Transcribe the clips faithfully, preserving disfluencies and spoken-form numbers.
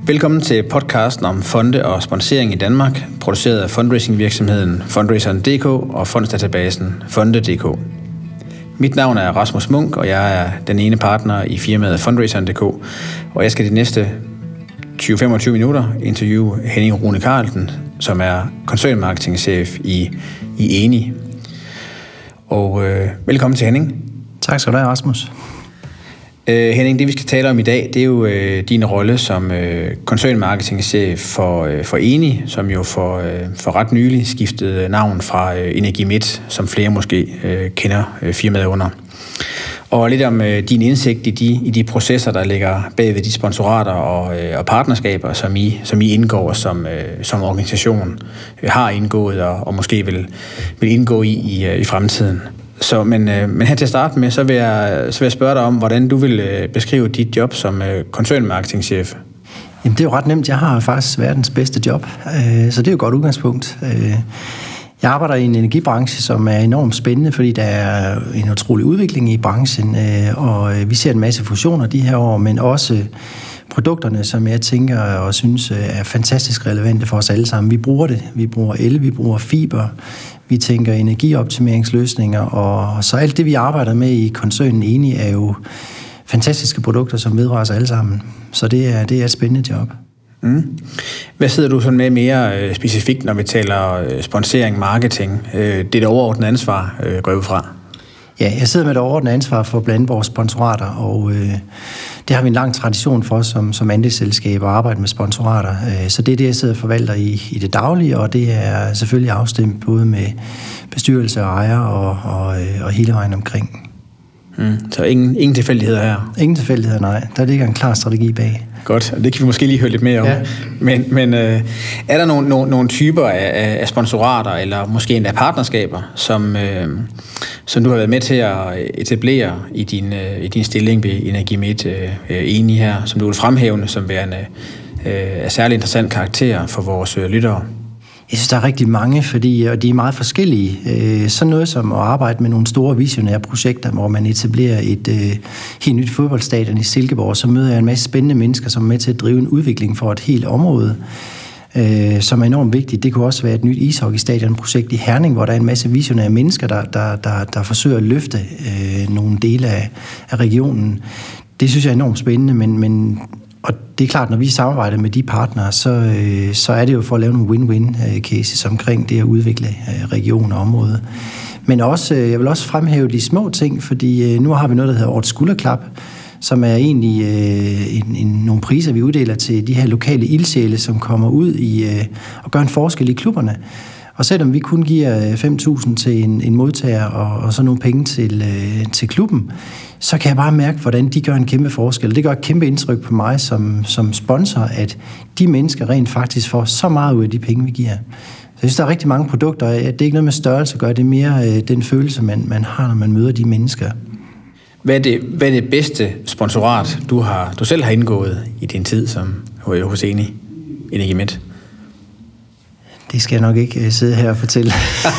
Velkommen til podcasten om fonde og sponsering i Danmark, produceret af fundraising-virksomheden Fundraiseren punktum d k og fondsdatabasen Fonde punktum d k. Mit navn er Rasmus Munk, og jeg er den ene partner i firmaet Fundraiseren punktum d k, og jeg skal de næste tyve til femogtyve minutter interviewe Henning Rune Carlsen, som er koncernmarketingchef i, i Eni. Og øh, velkommen til Henning. Tak skal du have, Rasmus. Øh, Henning, det vi skal tale om i dag, det er jo øh, din rolle som øh, koncernmarketingchef for, øh, for Eni, som jo for, øh, for ret nylig skiftede navn fra øh, Energimidt, som flere måske øh, kender øh, firmaet under. Og lidt om øh, din indsigt i de, i de processer, der ligger bag ved de sponsorater og, øh, og partnerskaber, som I, som I indgår som, øh, som organisation, øh, har indgået og, og måske vil, vil indgå i, i, øh, i fremtiden. Så, men, øh, men her til at starte med, så vil, jeg, så vil jeg spørge dig om, hvordan du vil øh, beskrive dit job som øh, koncernmarketingchef. Jamen, det er jo ret nemt. Jeg har faktisk verdens bedste job, øh, så det er jo et godt udgangspunkt. Øh, jeg arbejder i en energibranche, som er enormt spændende, fordi der er en utrolig udvikling i branchen, øh, og vi ser en masse fusioner de her år, men også produkterne, som jeg tænker og synes er fantastisk relevante for os alle sammen. Vi bruger det. Vi bruger el, vi bruger fiber, vi tænker energioptimeringsløsninger, og så alt det, vi arbejder med i koncernen Eni, er jo fantastiske produkter, som vedrører os alle sammen. Så det er, det er et spændende job. Mm. Hvad sidder du sådan med mere øh, specifikt, når vi taler øh, sponsering, marketing? Øh, det er det overordnede ansvar, øh, går ud fra? Ja, jeg sidder med det overordnede ansvar for blandt andet vores sponsorater, og øh, det har vi en lang tradition for som, som andelsselskab at arbejde med sponsorater. Øh, så det er det, jeg sidder og forvalter i, i det daglige, og det er selvfølgelig afstemt både med bestyrelse og ejer og, og, øh, og hele vejen omkring. Mm. Så ingen, ingen tilfældigheder her? Ingen tilfældigheder, nej. Der ligger en klar strategi bag. Godt, og det kan vi måske lige høre lidt mere om. Ja. Men, men øh, er der nogle, nogle, nogle typer af, af sponsorater, eller måske endda partnerskaber, som, øh, som du har været med til at etablere i din, øh, i din stilling ved Energimidt øh, Eni her, som du vil fremhæve som værende øh, af særlig interessant karakter for vores øh, lyttere? Jeg synes, der er rigtig mange, fordi og de er meget forskellige. Sådan noget som at arbejde med nogle store visionære projekter, hvor man etablerer et øh, helt nyt fodboldstadion i Silkeborg, så møder jeg en masse spændende mennesker, som er med til at drive en udvikling for et helt område, øh, som er enormt vigtigt. Det kunne også være et nyt ishockeystadionprojekt i Herning, hvor der er en masse visionære mennesker, der, der, der, der forsøger at løfte øh, nogle dele af, af regionen. Det synes jeg er enormt spændende, men, men og det er klart, når vi samarbejder med de partnere, så, øh, så er det jo for at lave nogle win-win cases omkring det at udvikle øh, region og område. Men også, øh, jeg vil også fremhæve de små ting, fordi øh, nu har vi noget, der hedder Årets Skulderklap, som er egentlig øh, en, en, nogle priser, vi uddeler til de her lokale ildsjæle, som kommer ud i, øh, og gør en forskel i klubberne. Og selvom vi kun giver fem tusind til en, en modtager og, og så nogle penge til, øh, til klubben, så kan jeg bare mærke, hvordan de gør en kæmpe forskel. Det gør et kæmpe indtryk på mig som, som sponsor, at de mennesker rent faktisk får så meget ud af de penge, vi giver. Så jeg synes, der er rigtig mange produkter, at det er ikke noget med størrelse at gøre, det er mere øh, den følelse, man, man har, når man møder de mennesker. Hvad er det, hvad er det bedste sponsorat, du, har, du selv har indgået i din tid som hos Eni Energimidt? Det skal jeg nok ikke sidde her og fortælle.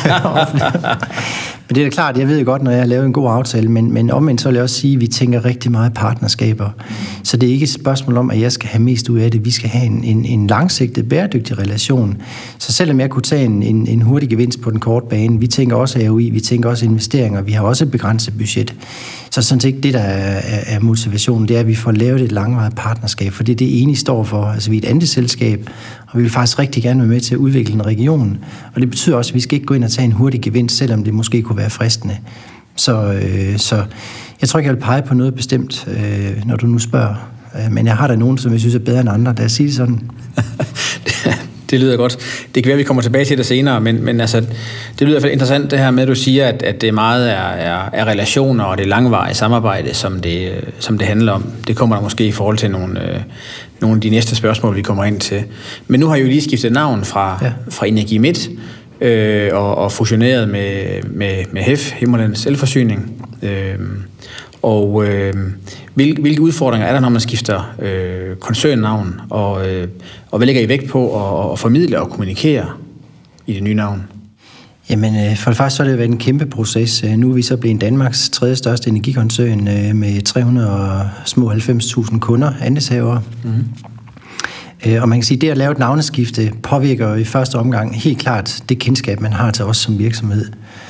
Men det er da klart, jeg ved jo godt, når jeg har lavet en god aftale, men, men omvendt så vil jeg også sige, at vi tænker rigtig meget partnerskaber. Så det er ikke et spørgsmål om, at jeg skal have mest ud af det. Vi skal have en, en, en langsigtet, bæredygtig relation. Så selvom jeg kunne tage en, en, en hurtig gevinst på den korte bane, vi tænker også A O I, vi tænker også investeringer, vi har også et begrænset budget. Så sådan set det, der er, er motivationen, det er, at vi får lavet et langvarigt partnerskab, for det er det Eni står for. Altså vi er et andelsselskab, og vi vil faktisk rigtig gerne være med til at udvikle en region. Og det betyder også, at vi skal ikke gå ind og tage en hurtig gevinst, selvom det måske kunne være fristende. Så, øh, så jeg tror ikke, jeg vil pege på noget bestemt, øh, når du nu spørger. Men jeg har da nogen, som jeg synes er bedre end andre, da jeg siger det sådan. Det lyder godt. Det kan være, at vi kommer tilbage til det senere, men, men altså, det lyder i hvert fald interessant det her med, at du siger, at, at det meget er, er, er relationer og det langvarige samarbejde, som det, som det handler om. Det kommer der måske i forhold til nogle, øh, nogle af de næste spørgsmål, vi kommer ind til. Men nu har I jo lige skiftet navn fra, ja. fra Energimidt øh, og, og fusioneret med, med, med H E F, Himmerlands Elforsyning. Øh, Og øh, hvilke, hvilke udfordringer er der, når man skifter øh, koncernnavn, og, øh, og hvad lægger I vægt på at, at formidle og kommunikere i det nye navn? Jamen, for det første så har det været en kæmpe proces. Nu er vi så blevet Danmarks tredje største energikoncern med tre hundrede og små halvfems tusind kunder, andelshavere. Mm-hmm. Og man kan sige, at det at lave et navneskifte påvirker jo i første omgang helt klart det kendskab, man har til os som virksomhed.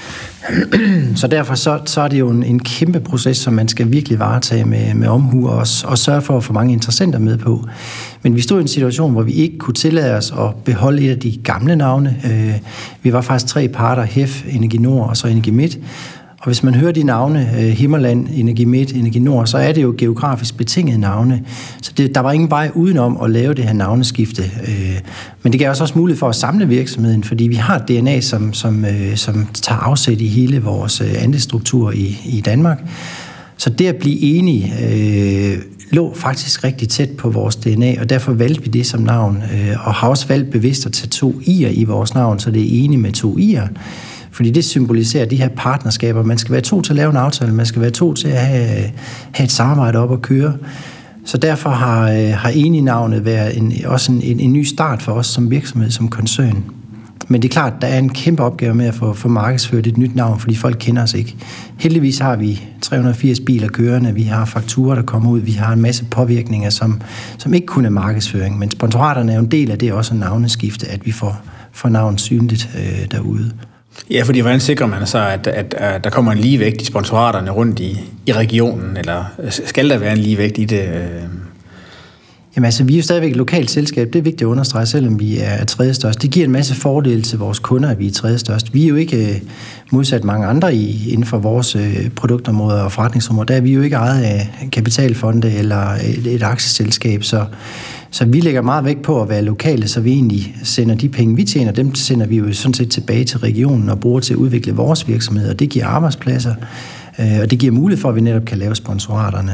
Så derfor så, så er det jo en, en kæmpe proces, som man skal virkelig varetage med, med omhu og, og sørge for at få mange interessenter med på. Men vi stod i en situation, hvor vi ikke kunne tillade os at beholde et af de gamle navne. Vi var faktisk tre parter, H E F, Energi Nord og så Energi Midt. Og hvis man hører de navne, Himmerland, Energi Midt, Energi Nord, så er det jo geografisk betingede navne. Så det, der var ingen vej udenom at lave det her navneskifte. Men det gav os også mulighed for at samle virksomheden, fordi vi har et D N A, som, som, som tager afsæt i hele vores andelsstruktur i, i Danmark. Så det at blive enige øh, lå faktisk rigtig tæt på vores D N A, og derfor valgte vi det som navn. Og har også valgt bevidst at tage to i'er i vores navn, så det er enige med to i'er. Fordi det symboliserer de her partnerskaber. Man skal være to til at lave en aftale, man skal være to til at have, have et samarbejde op at køre. Så derfor har, har Eni-navnet været en, også en, en, en ny start for os som virksomhed, som koncern. Men det er klart, der er en kæmpe opgave med at få, få markedsført et nyt navn, fordi folk kender os ikke. Heldigvis har vi tre hundrede og firs biler kørende, vi har fakturer, der kommer ud, vi har en masse påvirkninger, som, som ikke kun er markedsføring. Men sponsoraterne er jo en del af det, også en navneskifte, at vi får, får navnet synligt øh, derude. Ja, fordi hvordan sikrer man så, at, at, at der kommer en ligevægt i sponsoraterne rundt i, i regionen, eller skal der være en ligevægt i det? Jamen altså, vi er jo stadigvæk et lokalt selskab, det er vigtigt at understrege, selvom vi er tredje størst. Det giver en masse fordele til vores kunder, at vi er tredje størst. Vi er jo ikke modsat mange andre i, inden for vores produktområder og forretningsområder. Der er vi jo ikke ejet af kapitalfonde eller et, et aktieselskab, så Så vi lægger meget vægt på at være lokale, så vi egentlig sender de penge, vi tjener, dem sender vi jo sådan set tilbage til regionen og bruger til at udvikle vores virksomhed, og det giver arbejdspladser, og det giver mulighed for, at vi netop kan lave sponsoraterne.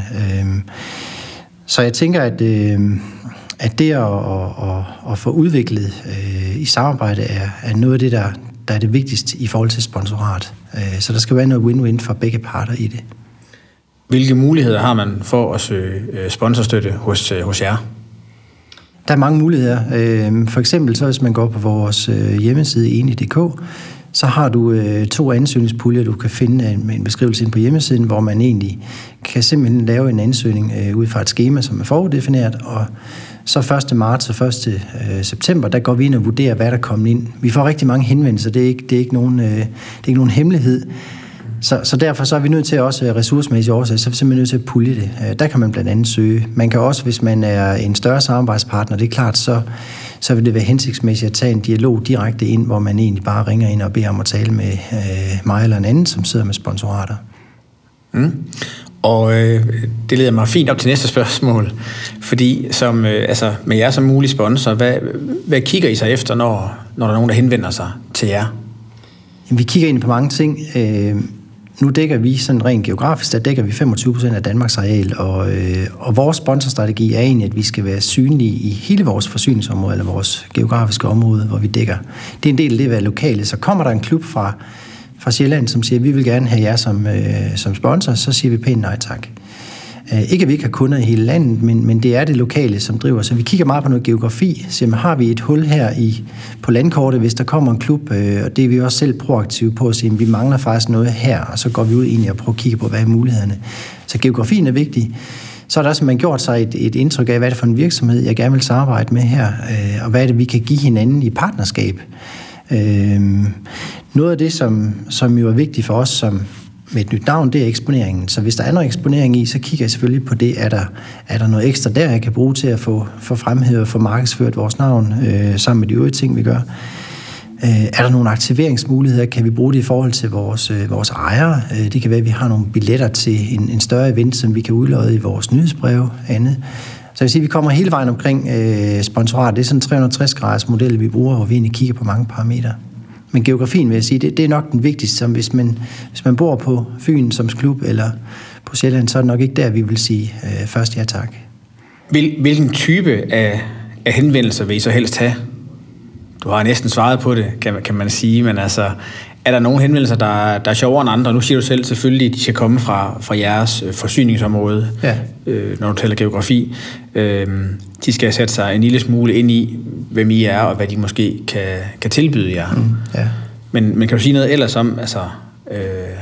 Så jeg tænker, at, at det at, at, at få udviklet i samarbejde er, er noget af det, der, der er det vigtigste i forhold til sponsorat. Så der skal være noget win-win for begge parter i det. Hvilke muligheder har man for at søge sponsorstøtte hos, hos jer? Der er mange muligheder. For eksempel, så hvis man går på vores hjemmeside eni punktum d k, så har du to ansøgningspuljer, du kan finde med en beskrivelse ind på hjemmesiden, hvor man egentlig kan simpelthen lave en ansøgning ud fra et skema, som er foruddefineret, og så første marts og første september, der går vi ind og vurderer, hvad der kommer ind. Vi får rigtig mange henvendelser, det er ikke, det er ikke, nogen, det er ikke nogen hemmelighed. Så, så derfor så er vi nødt til også ressourcemæssigt årsag, så er vi simpelthen nødt til at pulje det. Der kan man blandt andet søge. Man kan også, hvis man er en større samarbejdspartner, det er klart, så, så vil det være hensigtsmæssigt at tage en dialog direkte ind, hvor man egentlig bare ringer ind og beder om at tale med øh, mig eller en anden, som sidder med sponsorater. Mm. Og øh, det leder mig fint op til næste spørgsmål, fordi som, øh, altså, med jer som mulig sponsor, hvad, hvad kigger I så efter, når, når der er nogen, der henvender sig til jer? Jamen, vi kigger ind på mange ting. Øh, Nu dækker vi sådan rent geografisk, der dækker vi femogtyve procent af Danmarks areal, og, øh, og vores sponsorstrategi er egentlig, at vi skal være synlige i hele vores forsyningsområde, eller vores geografiske område, hvor vi dækker. Det er en del af det at være lokale. Så kommer der en klub fra, fra Sjælland, som siger, at vi vil gerne have jer som, øh, som sponsor, så siger vi pænt nej tak. Øh, ikke at vi ikke har kunder i hele landet, men, men det er det lokale, som driver. Så vi kigger meget på noget geografi. Så har vi et hul her i, på landkortet, hvis der kommer en klub, øh, og det er vi også selv proaktive på at sige, at vi mangler faktisk noget her, og så går vi ud egentlig og prøver at kigge på, hvad er mulighederne. Så geografien er vigtig. Så er der også man gjort sig et, et indtryk af, hvad er det for en virksomhed, jeg gerne vil samarbejde med her, øh, og hvad er det, vi kan give hinanden i partnerskab. Øh, noget af det, som, som jo er vigtigt for os, som med et nyt navn, det er eksponeringen. Så hvis der er noget eksponering i, så kigger jeg selvfølgelig på det. Er der, er der noget ekstra der, jeg kan bruge til at få, få fremhævet og få markedsført vores navn, øh, sammen med de øvrige ting, vi gør? Øh, er der nogle aktiveringsmuligheder? Kan vi bruge det i forhold til vores, øh, vores ejere? Øh, det kan være, at vi har nogle billetter til en, en større event, som vi kan udlåde i vores nyhedsbreve andet. Så jeg vil sige, at vi kommer hele vejen omkring øh, sponsorat. Det er sådan en tre hundrede og tres graders model, vi bruger, hvor vi egentlig kigger på mange parametre. Men geografien, vil jeg sige, det, det er nok den vigtigste, som hvis man, hvis man bor på Fyn som klub, eller på Sjælland, så er det nok ikke der, vi vil sige øh, først ja tak. Hvil, hvilken type af, af henvendelser vil I så helst have? Du har næsten svaret på det, kan, kan man sige, men altså, er der nogle henvendelser, der, der er sjovere end andre? Nu siger du selv selvfølgelig, at de skal komme fra, fra jeres forsyningsområde, ja. øh, når du taler geografi. Øh, de skal sætte sig en lille smule ind i, hvem I er, og hvad de måske kan, kan tilbyde jer. Mm, ja. men, men kan du sige noget ellers om, altså, øh,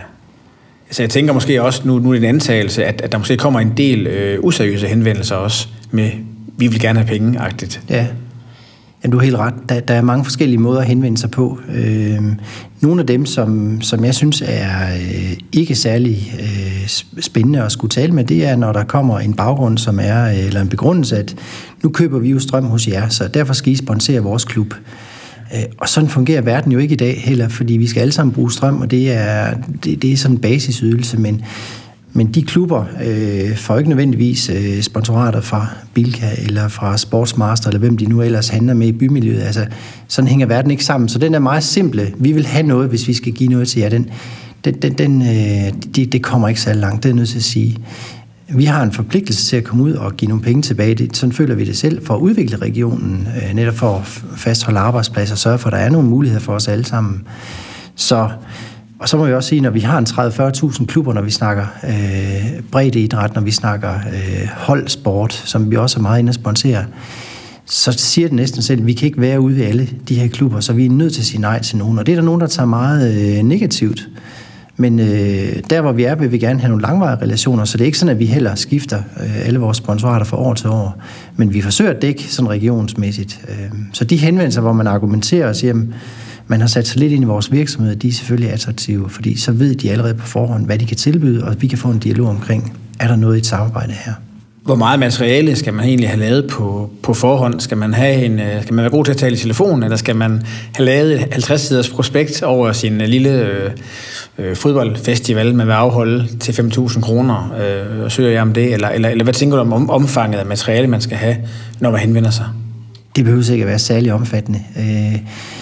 altså jeg tænker måske også, nu, nu er det en antagelse, at, at der måske kommer en del øh, useriøse henvendelser også med, vi vil gerne have penge-agtigt. Ja. Ja, du er helt ret. Der, der er mange forskellige måder at henvende sig på. Øh, nogle af dem, som, som jeg synes er øh, ikke særlig øh, spændende at skulle tale med, det er, når der kommer en baggrund, som er, øh, eller en begrundelse, at nu køber vi jo strøm hos jer, så derfor skal I sponsere vores klub. Øh, og sådan fungerer verden jo ikke i dag heller, fordi vi skal alle sammen bruge strøm, og det er, det, det er sådan en basisydelse, men Men de klubber øh, får ikke nødvendigvis øh, sponsorater fra Bilka eller fra Sportsmaster, eller hvem de nu ellers handler med i bymiljøet. Altså, sådan hænger verden ikke sammen. Så den er meget simple. Vi vil have noget, hvis vi skal give noget til jer. Den, den, den, den, øh, det, det kommer ikke så langt, det er nødt til at sige. Vi har en forpligtelse til at komme ud og give nogle penge tilbage. Det, sådan føler vi det selv, for at udvikle regionen, øh, netop for at fastholde arbejdspladser og sørge for, at der er nogle muligheder for os alle sammen. Så... Og så må vi også sige, når vi har en tredive til fyrre tusind klubber, når vi snakker øh, breddeidræt, når vi snakker øh, holdsport, som vi også er meget inde at sponsere, så siger det næsten selv, at vi kan ikke være ude ved alle de her klubber, så vi er nødt til at sige nej til nogen. Og det er der nogen, der tager meget øh, negativt. Men øh, der, hvor vi er, vil vi gerne have nogle langvarige relationer, så det er ikke sådan, at vi heller skifter øh, alle vores sponsorater fra år til år. Men vi forsøger at dække sådan regionsmæssigt. Øh, så de henvendelser, hvor man argumenterer og siger, man har sat sig lidt ind i vores virksomhed, de er selvfølgelig attraktive, fordi så ved de allerede på forhånd, hvad de kan tilbyde, og vi kan få en dialog omkring, er der noget i et samarbejde her. Hvor meget materiale skal man egentlig have lavet på, på forhånd? Skal man, have en, skal man være god til at tale i telefon, eller skal man have lavet et halvtreds-siders prospekt over sin lille øh, øh, fodboldfestival, man vil afholde til fem tusind kroner, øh, og søger jeg om det? Eller, eller, eller hvad tænker du om omfanget af materiale, man skal have, når man henvender sig? Det behøver ikke at være særlig omfattende. Øh,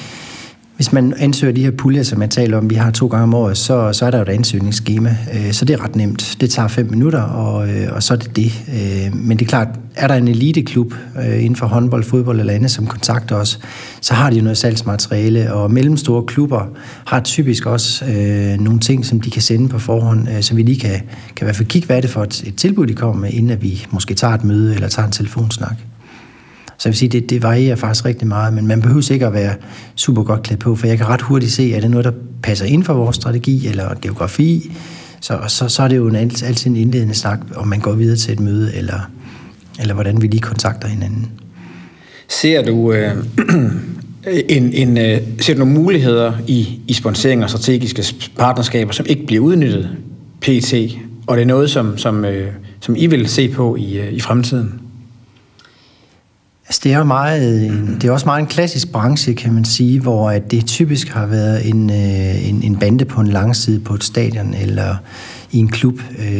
Hvis man ansøger de her puljer, som jeg taler om, vi har to gange om året, så, så er der jo et ansøgningsskema, så det er ret nemt. Det tager fem minutter, og, og så er det det. Men det er klart, er der en eliteklub inden for håndbold, fodbold eller andet, som kontakter os, så har de jo noget salgsmateriale, og mellemstore klubber har typisk også øh, nogle ting, som de kan sende på forhånd, øh, så vi lige kan, kan i hvert fald kigge, hvad er det for et, et tilbud, de kommer med, inden at vi måske tager et møde eller tager en telefonsnak. Så jeg vil sige, det, det varierer faktisk rigtig meget, men man behøver ikke at være super godt klædt på, for jeg kan ret hurtigt se, at det er noget, der passer ind for vores strategi eller geografi, så, så, så er det jo en, altid en indledende snak, om man går videre til et møde, eller, eller hvordan vi lige kontakter hinanden. Ser du, øh, en, en, øh, ser du nogle muligheder i, i sponsering og strategiske partnerskaber, som ikke bliver udnyttet P T, og det er noget, som, som, øh, som I vil se på i, øh, i fremtiden? Altså, det er jo meget, det er også meget en klassisk branche, kan man sige, hvor at det typisk har været en, en, en bande på en langside på et stadion eller i en klub.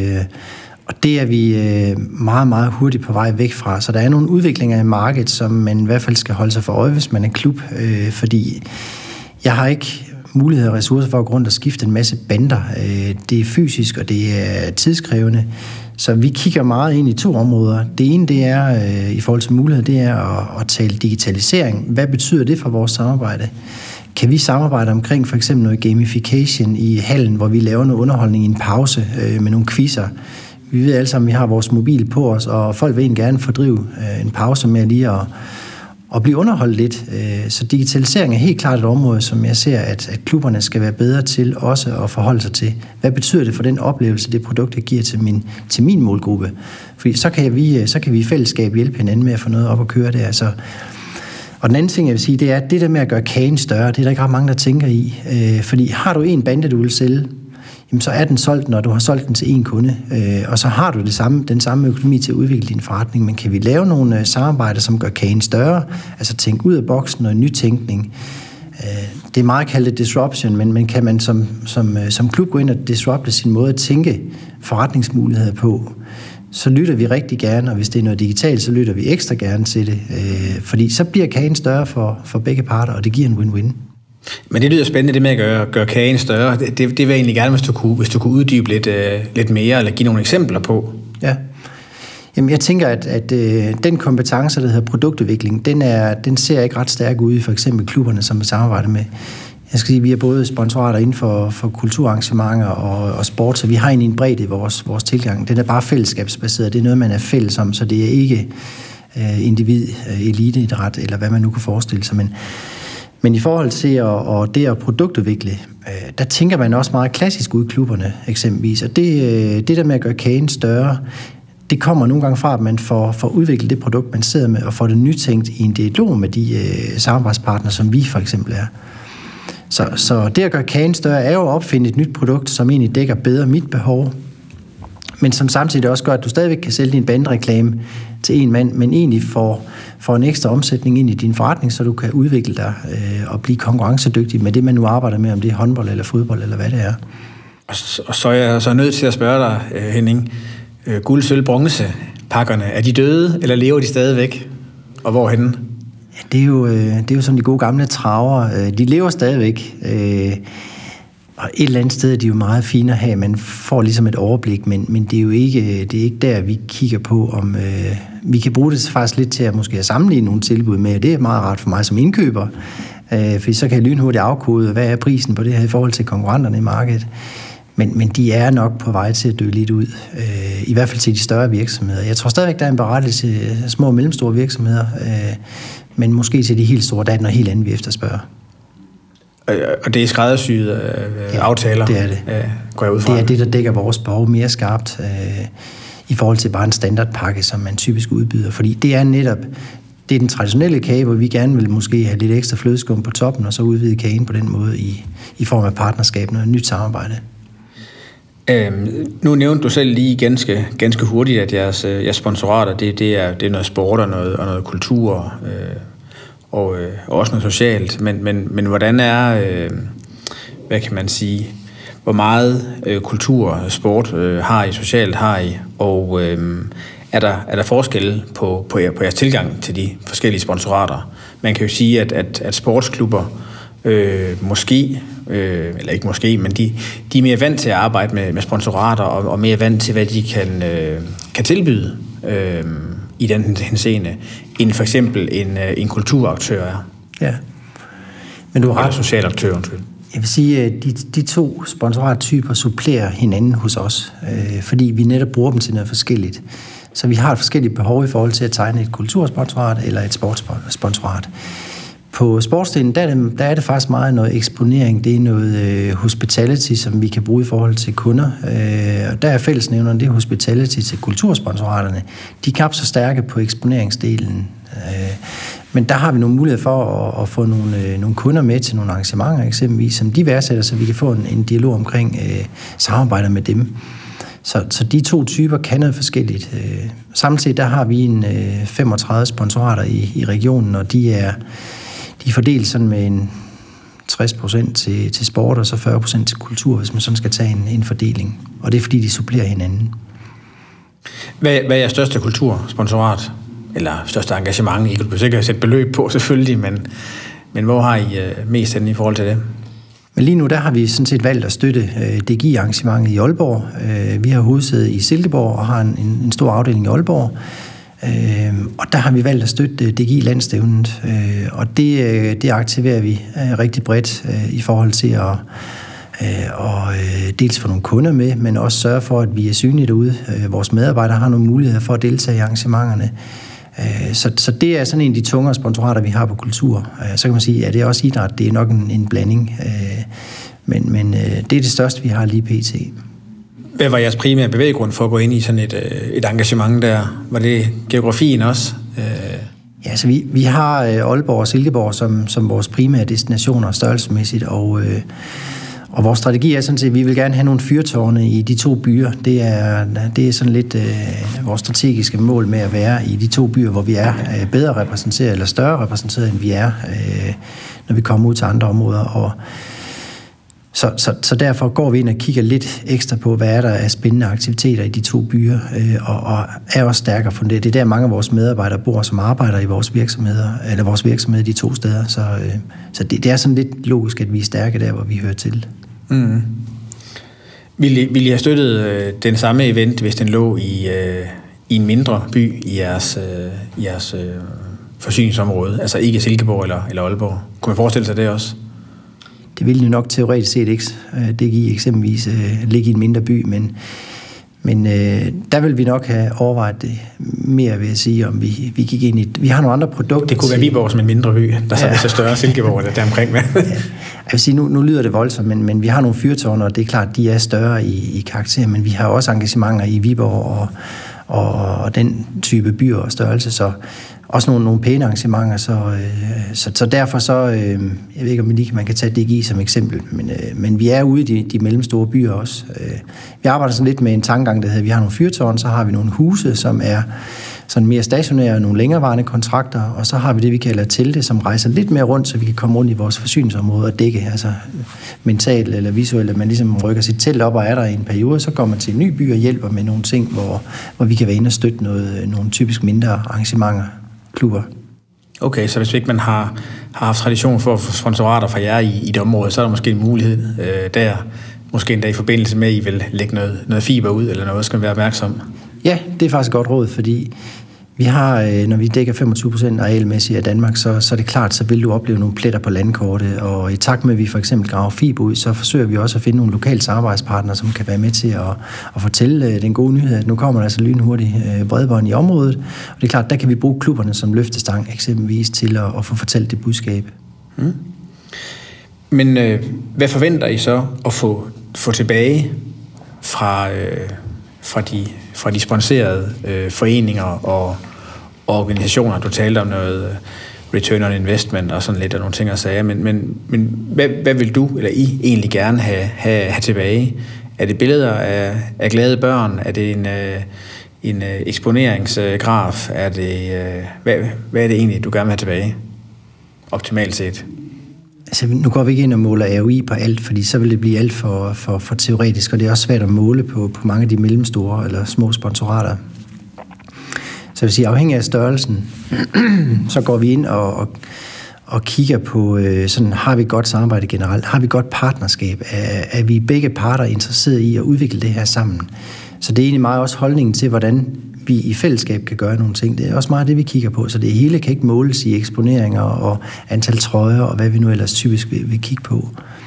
Og det er vi meget, meget hurtigt på vej væk fra. Så der er nogle udviklinger i markedet, som man i hvert fald skal holde sig for øje, hvis man er klub. Fordi jeg har ikke mulighed og ressourcer for at gå rundt og skifte en masse bander. Det er fysisk, og det er tidskrævende. Så vi kigger meget ind i to områder. Det ene, det er øh, i forhold til mulighed, det er at, at tale digitalisering. Hvad betyder det for vores samarbejde? Kan vi samarbejde omkring for eksempel noget gamification i hallen, hvor vi laver noget underholdning i en pause øh, med nogle quizzer? Vi ved alle sammen, at vi har vores mobil på os, og folk vil egentlig gerne fordrive øh, en pause med lige at og blive underholdt lidt. Så digitalisering er helt klart et område, som jeg ser, at, at klubberne skal være bedre til også at forholde sig til. Hvad betyder det for den oplevelse, det produkt, jeg giver til min, til min målgruppe? Fordi så kan, vi, så kan vi i fællesskab hjælpe hinanden med at få noget op at køre der. Så, og den anden ting, jeg vil sige, det er, at det der med at gøre kagen større, det er der ikke ret mange, der tænker i. Fordi har du en bande, du vil sælge, jamen så er den solgt, når du har solgt den til en kunde, øh, og så har du det samme, den samme økonomi til at udvikle din forretning. Men kan vi lave nogle øh, samarbejder, som gør kagen større, altså tænke ud af boksen og nytænkning? Øh, det er meget kaldet disruption, men, men kan man som, som, øh, som klub gå ind og disrupte sin måde at tænke forretningsmuligheder på, så lytter vi rigtig gerne, og hvis det er noget digitalt, så lytter vi ekstra gerne til det, øh, fordi så bliver kagen større for, for begge parter, og det giver en win-win. Men det lyder spændende, det med at gøre, gøre kagen større. Det, det, det vil jeg egentlig gerne, hvis du kunne, hvis du kunne uddybe lidt, øh, lidt mere, eller give nogle eksempler på. Ja. Jamen, jeg tænker, at, at øh, den kompetence, der hedder produktudvikling, den, er, den ser ikke ret stærk ud i for eksempel klubberne, som vi samarbejder med. Jeg skal sige, at vi har både sponsorater inden for, for kulturarrangementer og, og sport, så vi har egentlig en bredde i vores, vores tilgang. Den er bare fællesskabsbaseret. Det er noget, man er fælles om, så det er ikke øh, individ, øh, eliteidræt, eller hvad man nu kan forestille sig. Men Men i forhold til at, og det at produktudvikle, øh, der tænker man også meget klassisk ud i klubberne eksempelvis. Og det, det der med at gøre kagen større, det kommer nogle gange fra, at man får, får udviklet det produkt, man sidder med, og får det nytænkt i en dialog med de øh, samarbejdspartnere, som vi for eksempel er. Så, så det at gøre kagen større, er jo at opfinde et nyt produkt, som egentlig dækker bedre mit behov, men som samtidig også gør, at du stadigvæk kan sælge din bandreklame til en mand, men egentlig får, får en ekstra omsætning ind i din forretning, så du kan udvikle dig øh, og blive konkurrencedygtig med det, man nu arbejder med, om det er håndbold eller fodbold eller hvad det er. Og så, og så er jeg så nødt til at spørge dig, Henning, guld, sølv, bronze pakkerne, er de døde, eller lever de stadigvæk? Og hvorhenne? Ja, det er jo, det er jo som de gode gamle traver. De lever stadigvæk. Og et eller andet sted er de jo meget fine at have. Man får ligesom et overblik, men, men det er jo ikke, det er ikke der, vi kigger på, om øh, vi kan bruge det faktisk lidt til at måske sammenligne nogle tilbud med. Det er meget rart for mig som indkøber, øh, fordi så kan jeg lynhurtigt afkode, hvad er prisen på det her i forhold til konkurrenterne i markedet. Men, men de er nok på vej til at dø lidt ud, øh, i hvert fald til de større virksomheder. Jeg tror stadigvæk, der er en berettelse til små og mellemstore virksomheder, øh, men måske til de helt store, der er noget helt andet, vi efterspørger. Og det er skræddersyede øh, ja, aftaler, det er det. Øh, går jeg ud fra. Det er det, der dækker vores behov mere skarpt øh, i forhold til bare en standardpakke, som man typisk udbyder. Fordi det er netop, det er den traditionelle kage, hvor vi gerne vil måske have lidt ekstra flødeskum på toppen, og så udvide kagen på den måde i, i form af partnerskab og nyt samarbejde. Øhm, nu nævnte du selv lige ganske, ganske hurtigt, at jeres, jeres sponsorater, det, det, er, det er noget sport og noget, og noget kultur, øh, og, øh, og også noget socialt. Men, men, men hvordan er, øh, hvad kan man sige, hvor meget øh, kultur og sport øh, har I, socialt har I, og øh, er, der, er der forskelle på, på, på jeres tilgang til de forskellige sponsorater? Man kan jo sige, at, at, at sportsklubber øh, måske, øh, eller ikke måske, men de, de er mere vant til at arbejde med, med sponsorater, og, og mere vant til, hvad de kan, øh, kan tilbyde øh, i den henseende, end for eksempel en, en kulturaktør er. Ja. Men du har ret. Eller social aktør, undskyld. Jeg vil sige, at de, de to sponsorattyper supplerer hinanden hos os, øh, fordi vi netop bruger dem til noget forskelligt. Så vi har et forskelligt behov i forhold til at tegne et kultursponsorat eller et sportssponsorat. På sportsdelen, der er, det, der er det faktisk meget noget eksponering. Det er noget øh, hospitality, som vi kan bruge i forhold til kunder. Øh, og der er fællesnævnerne, det er hospitality til kultursponsoraterne. De er knap så stærke på eksponeringsdelen. Øh, men der har vi nogle muligheder for at, at få nogle, øh, nogle kunder med til nogle arrangementer, eksempelvis, som de værdsætter, så vi kan få en, en dialog omkring øh, samarbejder med dem. Så, så de to typer kan noget forskelligt. Øh, samtidig der har vi en øh, femogtredive sponsorater i, i regionen, og de er De er fordelt sådan med en tres procent til, til sport, og så fyrre procent til kultur, hvis man sådan skal tage en, en fordeling. Og det er fordi, de supplerer hinanden. Hvad, hvad er jeres største kultursponsorat? Eller største engagement? I kan sikkert sætte beløb på, selvfølgelig, men, men hvor har I uh, mest henne i forhold til det? Men lige nu, der har vi sådan set valgt at støtte uh, D G I-arrangementet i Aalborg. Uh, vi har hovedsæde i Silkeborg og har en, en, en stor afdeling i Aalborg. Øh, og der har vi valgt at støtte D G I-landstævnet, øh, og det, øh, det aktiverer vi øh, rigtig bredt øh, i forhold til at øh, og, øh, dels få nogle kunder med, men også sørge for, at vi er synlige derude. Øh, vores medarbejdere har nogle muligheder for at deltage i arrangementerne. Øh, så, så det er sådan en af de tungere sponsorater, vi har på kultur. Øh, så kan man sige, at det er også idræt, det er nok en, en blanding, øh, men, men øh, det er det største, vi har lige pt. Hvad var jeres primære bevæggrund for at gå ind i sådan et, et engagement der? Var det geografien også? Ja, altså vi, vi har Aalborg og Silkeborg som, som vores primære destinationer størrelsesmæssigt, og, øh, og vores strategi er sådan set, at vi vil gerne have nogle fyrtårne i de to byer. Det er, det er sådan lidt øh, vores strategiske mål med at være i de to byer, hvor vi er øh, bedre repræsenteret eller større repræsenteret, end vi er, øh, når vi kommer ud til andre områder. Og Så, så, så derfor går vi ind og kigger lidt ekstra på, hvad er der af spændende aktiviteter i de to byer, øh, og, og er også stærkere funderet. Det er der mange af vores medarbejdere bor, som arbejder i vores virksomheder, eller vores virksomheder de to steder. Så, øh, så det, det er sådan lidt logisk, at vi er stærke der, hvor vi hører til. Mm. Vil I, vil I have støttet øh, den samme event, hvis den lå i, øh, i en mindre by i jeres, øh, i jeres øh, forsyningsområde? Altså ikke Silkeborg eller, eller Aalborg. Kunne man forestille sig det også? Det ville jo nok teoretisk set ikke D G I eksempelvis øh, ligge i en mindre by, men, men øh, der vil vi nok have overvejet det mere, vil jeg sige, om vi, vi gik ind i... Vi har nogle andre produkter. Det kunne være Viborg som en mindre by, der så ja. er så større Silkeborg eller deromkring med. Ja. Jeg vil sige, nu, nu lyder det voldsomt, men, men vi har nogle fyrtårne, og det er klart, de er større i, i karakter, men vi har også engagementer i Viborg og, og, og den type byer og størrelse, så også nogle, nogle pæne arrangementer, så, øh, så, så derfor så, øh, jeg ved ikke om lige, man kan tage D G I som eksempel, men, øh, men vi er ude i de, de mellemstore byer også. Øh, vi arbejder sådan lidt med en tankegang, der hedder, vi har nogle fyrtårn, så har vi nogle huse, som er sådan mere stationære, nogle længerevarende kontrakter, og så har vi det, vi kalder telte, som rejser lidt mere rundt, så vi kan komme rundt i vores forsyningsområde og dække, altså mentalt eller visuelt, at man ligesom rykker sit telt op og er der i en periode, så går man til en ny by og hjælper med nogle ting, hvor, hvor vi kan være inde og støtte noget, nogle typisk mindre arrangementer, klubber. Okay, så hvis ikke man har, har haft tradition for at få sponsorater fra jer i, i det område, så er der måske en mulighed øh, der, måske endda i forbindelse med, at I vil lægge noget, noget fiber ud, eller noget, skal man være opmærksom? Ja, det er faktisk et godt råd, fordi vi har, når vi dækker femogtyve procent arealmæssigt af Danmark, så, så er det klart, så vil du opleve nogle pletter på landkortet, og i takt med, at vi for eksempel graver fiber ud, så forsøger vi også at finde nogle lokale samarbejdspartnere, som kan være med til at, at fortælle den gode nyhed, at nu kommer der altså lynhurtigt bredbånd i området, og det er klart, der kan vi bruge klubberne som løftestang eksempelvis til at, at få fortalt det budskab. Mm. Men øh, hvad forventer I så at få, få tilbage fra, øh, fra de fra de sponserede øh, foreninger og, og organisationer? Du talte om noget return on investment og sådan lidt, og nogle ting og sager, men, men, men hvad, hvad vil du eller I egentlig gerne have, have, have tilbage? Er det billeder af, af glade børn? Er det en, øh, en øh, eksponeringsgraf? Er det, øh, hvad, hvad er det egentlig, du gerne vil have tilbage? Optimalt set. Altså, nu går vi ikke ind og måler R O I på alt, fordi så vil det blive alt for, for, for teoretisk, og det er også svært at måle på, på mange af de mellemstore eller små sponsorater. Så jeg vil sige, afhængig af størrelsen, så går vi ind og, og, og kigger på, øh, sådan, har vi godt samarbejde generelt? Har vi godt partnerskab? Er, er vi begge parter interesseret i at udvikle det her sammen? Så det er egentlig meget også holdningen til, hvordan vi i fællesskab kan gøre nogle ting. Det er også meget det, vi kigger på. Så det hele kan ikke måles i eksponeringer og antal trøjer og hvad vi nu ellers typisk vil, vil kigge på.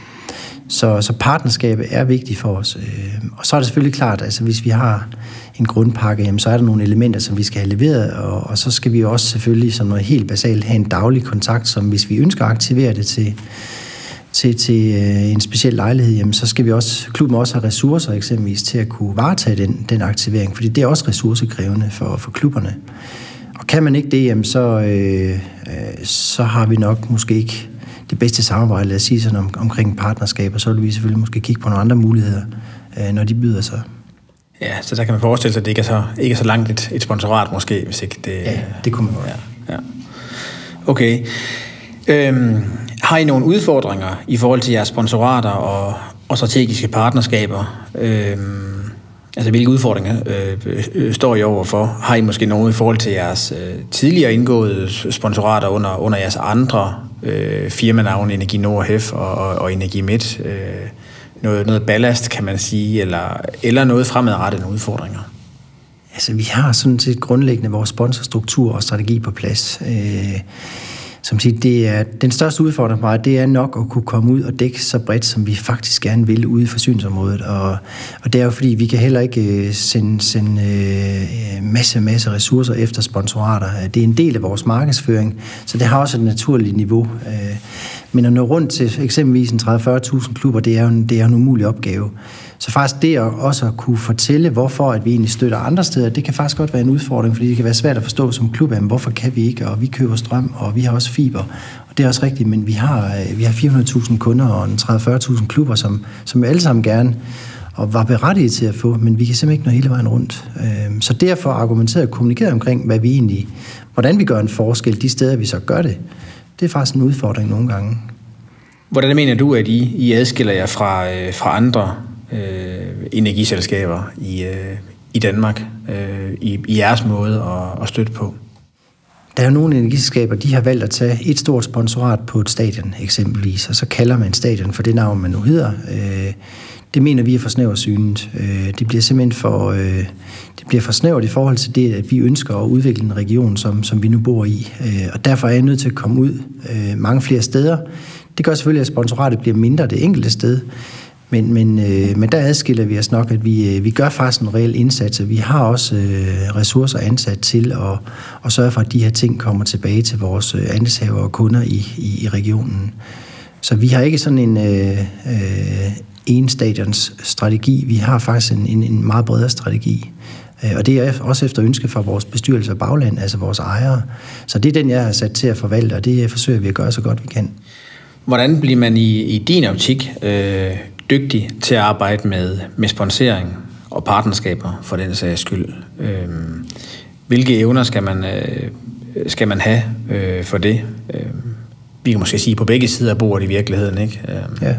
Så, så partnerskabet er vigtigt for os. Og så er det selvfølgelig klart, at altså, hvis vi har en grundpakke, jamen, så er der nogle elementer, som vi skal have leveret, og, og så skal vi også selvfølgelig som noget helt basalt have en daglig kontakt, som hvis vi ønsker at aktivere det til til, til en speciel lejlighed, jamen, så skal vi også, klubben også have ressourcer eksempelvis til at kunne varetage den, den aktivering, fordi det er også ressourcekrævende for, for klubberne. Og kan man ikke det, jamen, så, øh, så har vi nok måske ikke det bedste samarbejde, lad os sige sådan om, omkring partnerskaber, så vil vi selvfølgelig måske kigge på nogle andre muligheder, øh, når de byder sig. Ja, så der kan man forestille sig, at det ikke er så, ikke er så langt et, et sponsorat måske, hvis ikke det... Ja, det kunne man godt. Ja, ja. Okay. Øhm, har I nogle udfordringer i forhold til jeres sponsorater og, og strategiske partnerskaber? Øhm, altså, hvilke udfordringer øh, øh, står I overfor? Har I måske nogle i forhold til jeres øh, tidligere indgåede sponsorater under, under jeres andre øh, firmanavne, Energi Nord, H E F og, og, og Energi Midt? Øh, noget, noget ballast, kan man sige, eller, eller noget fremadrettede udfordringer? Altså, vi har sådan set grundlæggende vores sponsorstruktur og strategi på plads. Øh, Som siger, det er, den største udfordring bare, det er nok at kunne komme ud og dække så bredt, som vi faktisk gerne vil ude i forsyningsområdet. Og, og det er jo fordi, vi kan heller ikke sende, sende øh, masse, masse ressourcer efter sponsorater. Det er en del af vores markedsføring, så det har også et naturligt niveau. Men at nå rundt til eksempelvis en tredive til fyrre tusind klubber, det er jo en, det er en umulig opgave. Så faktisk det at også at kunne fortælle, hvorfor at vi egentlig støtter andre steder, det kan faktisk godt være en udfordring, fordi det kan være svært at forstå som klub, jamen, hvorfor kan vi ikke, og vi køber strøm, og vi har også fiber. Og det er også rigtigt, men vi har, vi har fire hundrede tusind kunder og en tredive til fyrre tusind klubber, som, som alle sammen gerne og var berettiget til at få, men vi kan simpelthen ikke nå hele vejen rundt. Så derfor argumenteret og kommunikeret omkring, hvad vi egentlig, hvordan vi gør en forskel de steder, vi så gør det, det er faktisk en udfordring nogle gange. Hvordan mener du, at I, I adskiller jer fra, øh, fra andre øh, energiselskaber i, øh, i Danmark, øh, i, i jeres måde at, at støtte på? Der er jo nogle energiselskaber, de har valgt at tage et stort sponsorat på et stadion eksempelvis, og så kalder man stadion for det navn, man nu hedder. Øh, det mener vi er for snæversynet. Øh, det bliver simpelthen for, øh, det bliver for snævert i forhold til det, at vi ønsker at udvikle en region, som, som vi nu bor i. Øh, og derfor er jeg nødt til at komme ud øh, mange flere steder. Det gør selvfølgelig, at sponsoratet bliver mindre det enkelte sted, men, men, øh, men der adskiller vi os nok, at vi, øh, vi gør faktisk en reel indsats, og vi har også øh, ressourcer ansat til at, at sørge for, at de her ting kommer tilbage til vores andelshavere og kunder i, i, i regionen. Så vi har ikke sådan en øh, øh, enstadions strategi, vi har faktisk en, en, en meget bredere strategi. Og det er også efter ønske fra vores bestyrelse og bagland, altså vores ejere. Så det er den, jeg har sat til at forvalte, og det forsøger vi at gøre så godt vi kan. Hvordan bliver man i, i din optik øh, dygtig til at arbejde med, med sponsering og partnerskaber for den sags skyld? Øh, hvilke evner skal man, øh, skal man have øh, for det? Øh, vi kan måske sige på begge sider af bordet i virkeligheden, ikke? Øh. Ja.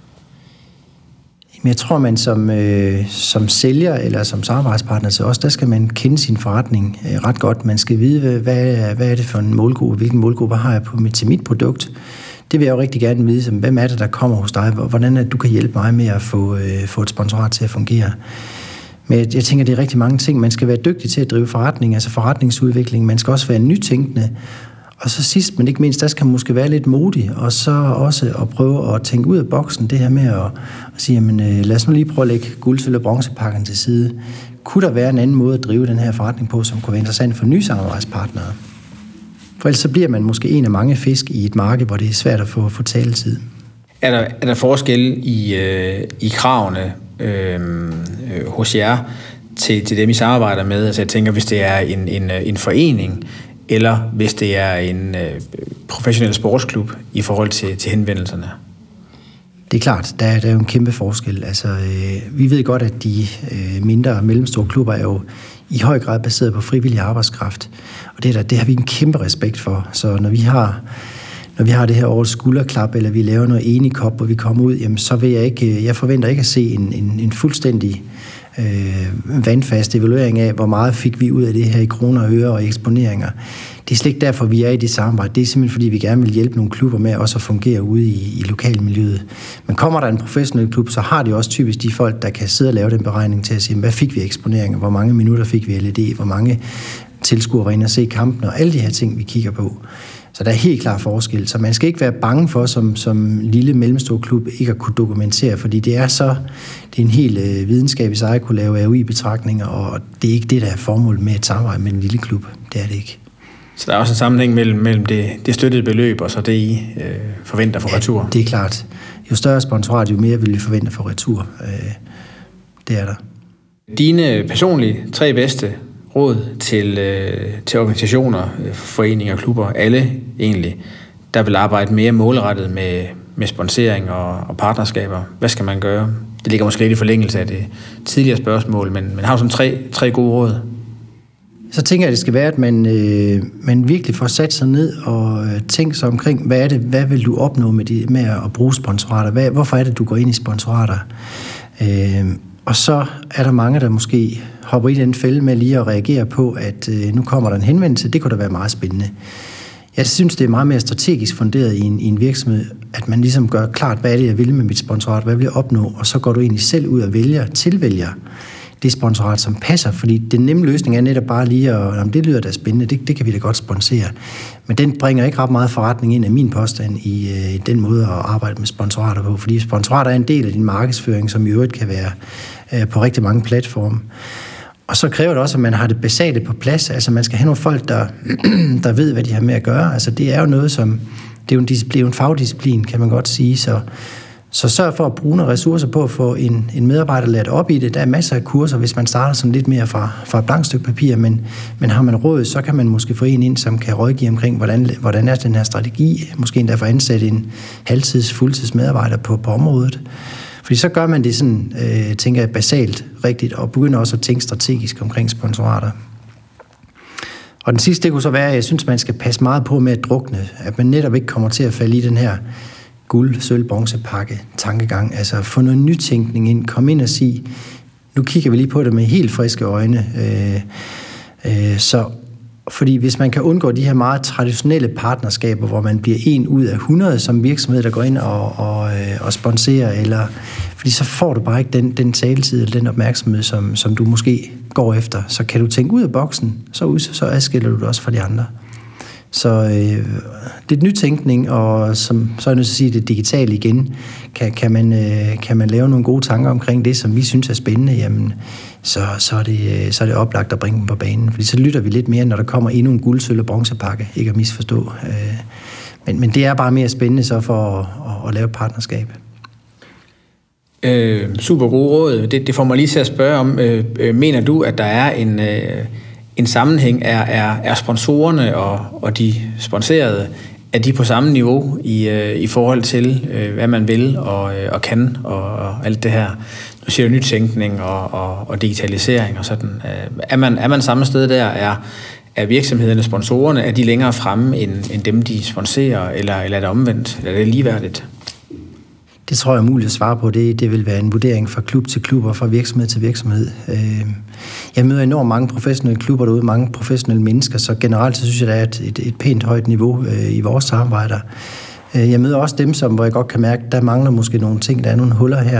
Jeg tror, man som, øh, som sælger eller som samarbejdspartner til os, der skal man kende sin forretning øh, ret godt. Man skal vide, hvad er, hvad er det for en målgruppe, hvilken målgruppe har jeg på mit, til mit produkt. Det vil jeg jo rigtig gerne vide, som, hvem er det, der kommer hos dig, hvordan er det, du kan hjælpe mig med at få, øh, få et sponsorat til at fungere. Men jeg, jeg tænker, det er rigtig mange ting. Man skal være dygtig til at drive forretning, altså forretningsudvikling. Man skal også være nytænkende. Og så sidst, men ikke mindst, der skal man måske være lidt modig, og så også at prøve at tænke ud af boksen, det her med at, at sige, jamen lad os nu lige prøve at lægge guld, sølv og bronzepakken til side. Kunne der være en anden måde at drive den her forretning på, som kunne være interessant for nye samarbejdspartnere? For ellers så bliver man måske en af mange fisk i et marked, hvor det er svært at få, få taletid. Er der, er der forskel i, øh, i kravene øh, hos jer til, til dem, I samarbejder med? Altså jeg tænker, hvis det er en, en, en forening, eller hvis det er en øh, professionel sportsklub i forhold til, til henvendelserne? Det er klart, der er, der er jo en kæmpe forskel. Altså, øh, vi ved godt, at de øh, mindre og mellemstore klubber er jo i høj grad baseret på frivillig arbejdskraft. Og det, der, det har vi en kæmpe respekt for. Så når vi har, når vi har det her årets skulderklap, eller vi laver noget enig-kop, hvor vi kommer ud, jamen, så vil jeg ikke, jeg forventer ikke at se en, en, en fuldstændig øh, vandfast evaluering af, hvor meget fik vi ud af det her i kroner og øre og eksponeringer. Det er slet ikke derfor, vi er i det samarbejde. Det er simpelthen, fordi vi gerne vil hjælpe nogle klubber med også at fungere ude i, i lokalmiljøet. Men kommer der en professionel klub, så har de også typisk de folk, der kan sidde og lave den beregning til at sige, hvad fik vi eksponeringer, hvor mange minutter fik vi L E D, hvor mange tilskuere var inde og se kampen, og alle de her ting, vi kigger på. Så der er helt klar forskel. Så man skal ikke være bange for, som, som lille mellemstor klub, ikke at kunne dokumentere, fordi det er så, det er en hel øh, videnskab i sig at kunne lave A U I-betragtninger, og det er ikke det, der er formålet med et samarbejde med en lille klub. Det er det ikke. Så der er også en sammenhæng mellem, mellem det, det støttede beløb, og så det, I øh, forventer for retur? Ja, det er klart. Jo større sponsorat, jo mere vil vi forvente for retur. Øh, det er der. Dine personlige tre bedste råd til, øh, til organisationer, foreninger, klubber, alle egentlig, der vil arbejde mere målrettet med, med sponsering og, og partnerskaber. Hvad skal man gøre? Det ligger måske lidt i forlængelse af det tidligere spørgsmål, men, men har du sådan tre, tre gode råd? Så tænker jeg, at det skal være, at man, øh, man virkelig får sat sig ned og øh, tænke sig omkring, hvad er det, hvad vil du opnå med, de, med at bruge sponsorater? Hvad, hvorfor er det, du går ind i sponsorater? Øh, og så er der mange, der måske hopper i den fælde med lige at reagere på, at øh, nu kommer der en henvendelse. Det kunne da være meget spændende. Jeg synes, det er meget mere strategisk funderet i en, i en virksomhed, at man ligesom gør klart, hvad er det, jeg vil med mit sponsorat, hvad vil jeg opnå, og så går du egentlig selv ud og vælger, tilvælger det sponsorat, som passer, fordi den nemme løsning er netop bare lige, at jamen, det lyder da spændende, det, det kan vi da godt sponsere. Men den bringer ikke ret meget forretning ind af min påstand i, øh, i den måde at arbejde med sponsorater på, fordi sponsorater er en del af din markedsføring, som i øvrigt kan være øh, på rigtig mange platforme. Og så kræver det også, at man har det basale på plads, altså man skal have nogle folk, der, der ved, hvad de har med at gøre. Altså det er jo noget, som, det er jo en, disciplin, en fagdisciplin, kan man godt sige, så Så sørg for at bruge nogle ressourcer på at få en, en medarbejder lært op i det. Der er masser af kurser, hvis man starter sådan lidt mere fra, fra et blankt stykke papir, men, men har man råd, så kan man måske få en ind, som kan rådgive omkring, hvordan, hvordan er den her strategi. Måske endda få ansat en halvtids, fuldtids medarbejder på, på området. Fordi så gør man det sådan, øh, tænker jeg, basalt rigtigt, og begynder også at tænke strategisk omkring sponsorater. Og den sidste, det kunne så være, at jeg synes, man skal passe meget på med at drukne, at man netop ikke kommer til at falde i den her guld, sølv, bronzepakke tankegang. Altså få noget nytænkning ind, kom ind og sige, nu kigger vi lige på det med helt friske øjne. Øh, øh, så fordi hvis man kan undgå de her meget traditionelle partnerskaber, hvor man bliver en ud af hundrede som virksomhed, der går ind og, og, øh, og sponsorerer, eller, fordi så får du bare ikke den, den taletid eller den opmærksomhed, som, som du måske går efter. Så kan du tænke ud af boksen, så, ud, så adskiller du det også fra de andre. Så øh, det er nytænkning, og som, så er jeg nødt til at sige, det digitale igen. Kan, kan, man, øh, kan man lave nogle gode tanker omkring det, som vi synes er spændende, jamen, så, så, er det, så er det oplagt at bringe dem på banen. Fordi så lytter vi lidt mere, når der kommer endnu en guld, sølv og bronzepakke, ikke at misforstå. Øh, men, men det er bare mere spændende så for at, at, at lave et partnerskab. Øh, super gode råd. Det, det får mig lige til at spørge om, øh, øh, mener du, at der er en, øh, en sammenhæng, er, er, er sponsorerne og, og de sponserede, er de på samme niveau i, øh, i forhold til, øh, hvad man vil og, øh, og kan og, og alt det her? Nu siger du nytænkning og, og, og digitalisering og sådan. Øh, er, man, er man samme sted der? Er, er virksomhederne, sponsorerne, er de længere fremme end, end dem, de sponsorer, eller, eller er det omvendt? Eller er det ligeværdigt? Det tror jeg er muligt at svare på. Det, det vil være en vurdering fra klub til klub og fra virksomhed til virksomhed. Jeg møder enormt mange professionelle klubber derude, mange professionelle mennesker, så generelt så synes jeg, der er et, et, et pænt højt niveau i vores samarbejder. Jeg møder også dem, som, hvor jeg godt kan mærke, der mangler måske nogle ting, der er nogle huller her.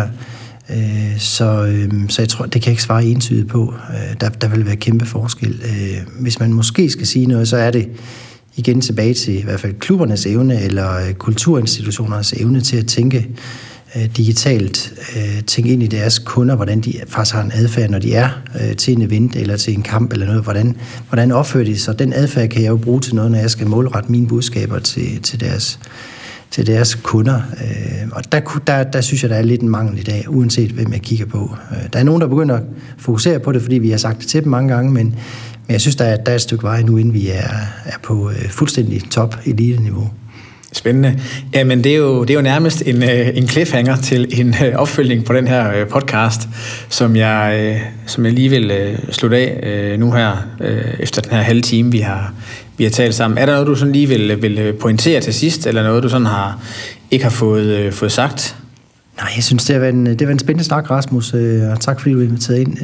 Så, så jeg tror, det kan jeg ikke svare entydigt på. Der, der vil være kæmpe forskel. Hvis man måske skal sige noget, så er det igen tilbage til i hvert fald klubbernes evne eller kulturinstitutionernes evne til at tænke øh, digitalt, øh, tænke ind i deres kunder, hvordan de faktisk har en adfærd, når de er øh, til en event eller til en kamp eller noget, hvordan, hvordan opfører de sig. Den adfærd kan jeg jo bruge til noget, når jeg skal målrette mine budskaber til, til, deres, til deres kunder. Øh, og der, der, der synes jeg, der er lidt en mangel i dag, uanset hvem jeg kigger på. Øh, der er nogen, der begynder at fokusere på det, fordi vi har sagt det til dem mange gange, men Men jeg synes, der er, der er et stykke vej nu, inden vi er, er på øh, fuldstændig top elite-niveau. Spændende. Jamen, det er jo, det er jo nærmest en, en cliffhanger til en opfølgning på den her podcast, som jeg, som jeg lige vil slutte af nu her, efter den her halve time, vi har, vi har talt sammen. Er der noget, du sådan lige vil, vil pointere til sidst, eller noget, du sådan har, ikke har fået, fået sagt? Nej, jeg synes, det har været en, det har været en spændende snak, Rasmus, og tak fordi du er inviteret ind.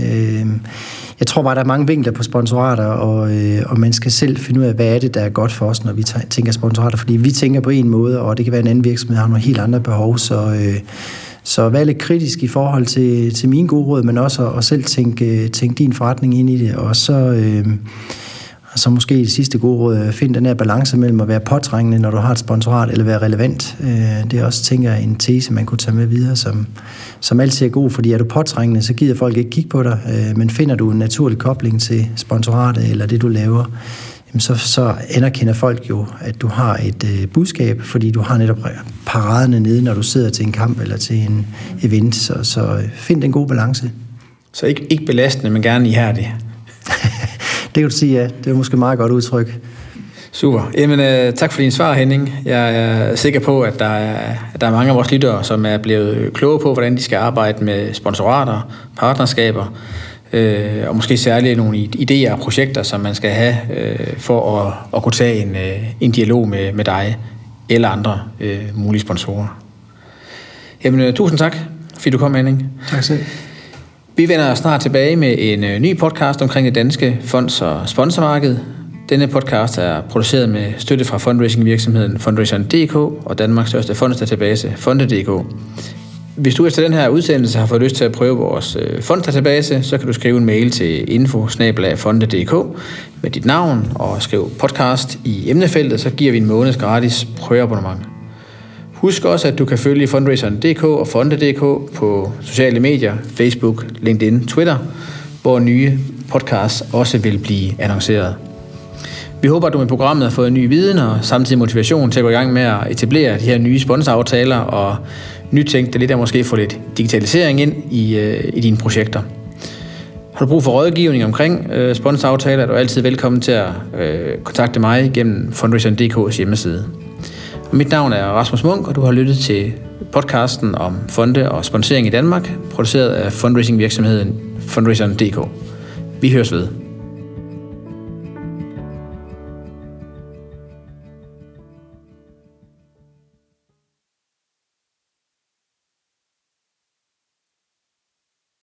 Jeg tror bare, der er mange vinkler på sponsorater, og, og man skal selv finde ud af, hvad er det, der er godt for os, når vi tænker sponsorater, fordi vi tænker på en måde, og det kan være en anden virksomhed, der har nogle helt andre behov, så, så vær lidt kritisk i forhold til, til mine gode råd, men også at, at selv tænke, tænke din forretning ind i det, og så... Øh, Og så måske det sidste gode råd, find den her balance mellem at være påtrængende, når du har et sponsorat, eller være relevant. Det er også, tænker jeg, en tese, man kunne tage med videre, som, som altid er god, fordi er du påtrængende, så gider folk ikke kigge på dig, men finder du en naturlig kobling til sponsoratet, eller det du laver, så, så anerkender folk jo, at du har et budskab, fordi du har netop paraderne nede, når du sidder til en kamp eller til en event, så, så find den gode balance. Så ikke, ikke belastende, men gerne ihærdig. Det kan du sige, ja. Det er måske meget godt udtryk. Super. Jamen, øh, tak for din svar, Henning. Jeg er sikker på, at der er, at der er mange af vores lyttere, som er blevet kloge på, hvordan de skal arbejde med sponsorater, partnerskaber, øh, og måske særligt nogle idéer og projekter, som man skal have øh, for at, at kunne tage en, øh, en dialog med, med dig eller andre øh, mulige sponsorer. Jamen, øh, tusind tak, fordi du kom, Henning. Tak selv. Vi vender snart tilbage med en øh, ny podcast omkring det danske fonds- og sponsormarked. Denne podcast er produceret med støtte fra fundraising-virksomheden Fundraiseren punktum d k og Danmarks største fondsdatabase, Fonde punktum d k. Hvis du efter den her udsendelse har fået lyst til at prøve vores øh, fondsdatabase, så kan du skrive en mail til info snabel-a fonde punktum d k med dit navn og skriv podcast i emnefeltet, så giver vi en måneds gratis prøveabonnement. Husk også, at du kan følge Fundraiseren punktum d k og Fonde punktum d k på sociale medier, Facebook, LinkedIn, Twitter, hvor nye podcasts også vil blive annonceret. Vi håber, at du med programmet har fået en ny viden og samtidig motivation til at gå i gang med at etablere de her nye sponsoraftaler og nytænke det lidt og måske få lidt digitalisering ind i, øh, i dine projekter. Har du brug for rådgivning omkring øh, sponsoraftaler, er du altid velkommen til at øh, kontakte mig gennem Fundraiseren punktum d k's hjemmeside. Mit navn er Rasmus Munk, og du har lyttet til podcasten om fonde og sponsering i Danmark, produceret af fundraising-virksomheden Fundraiseren punktum d k. Vi høres ved.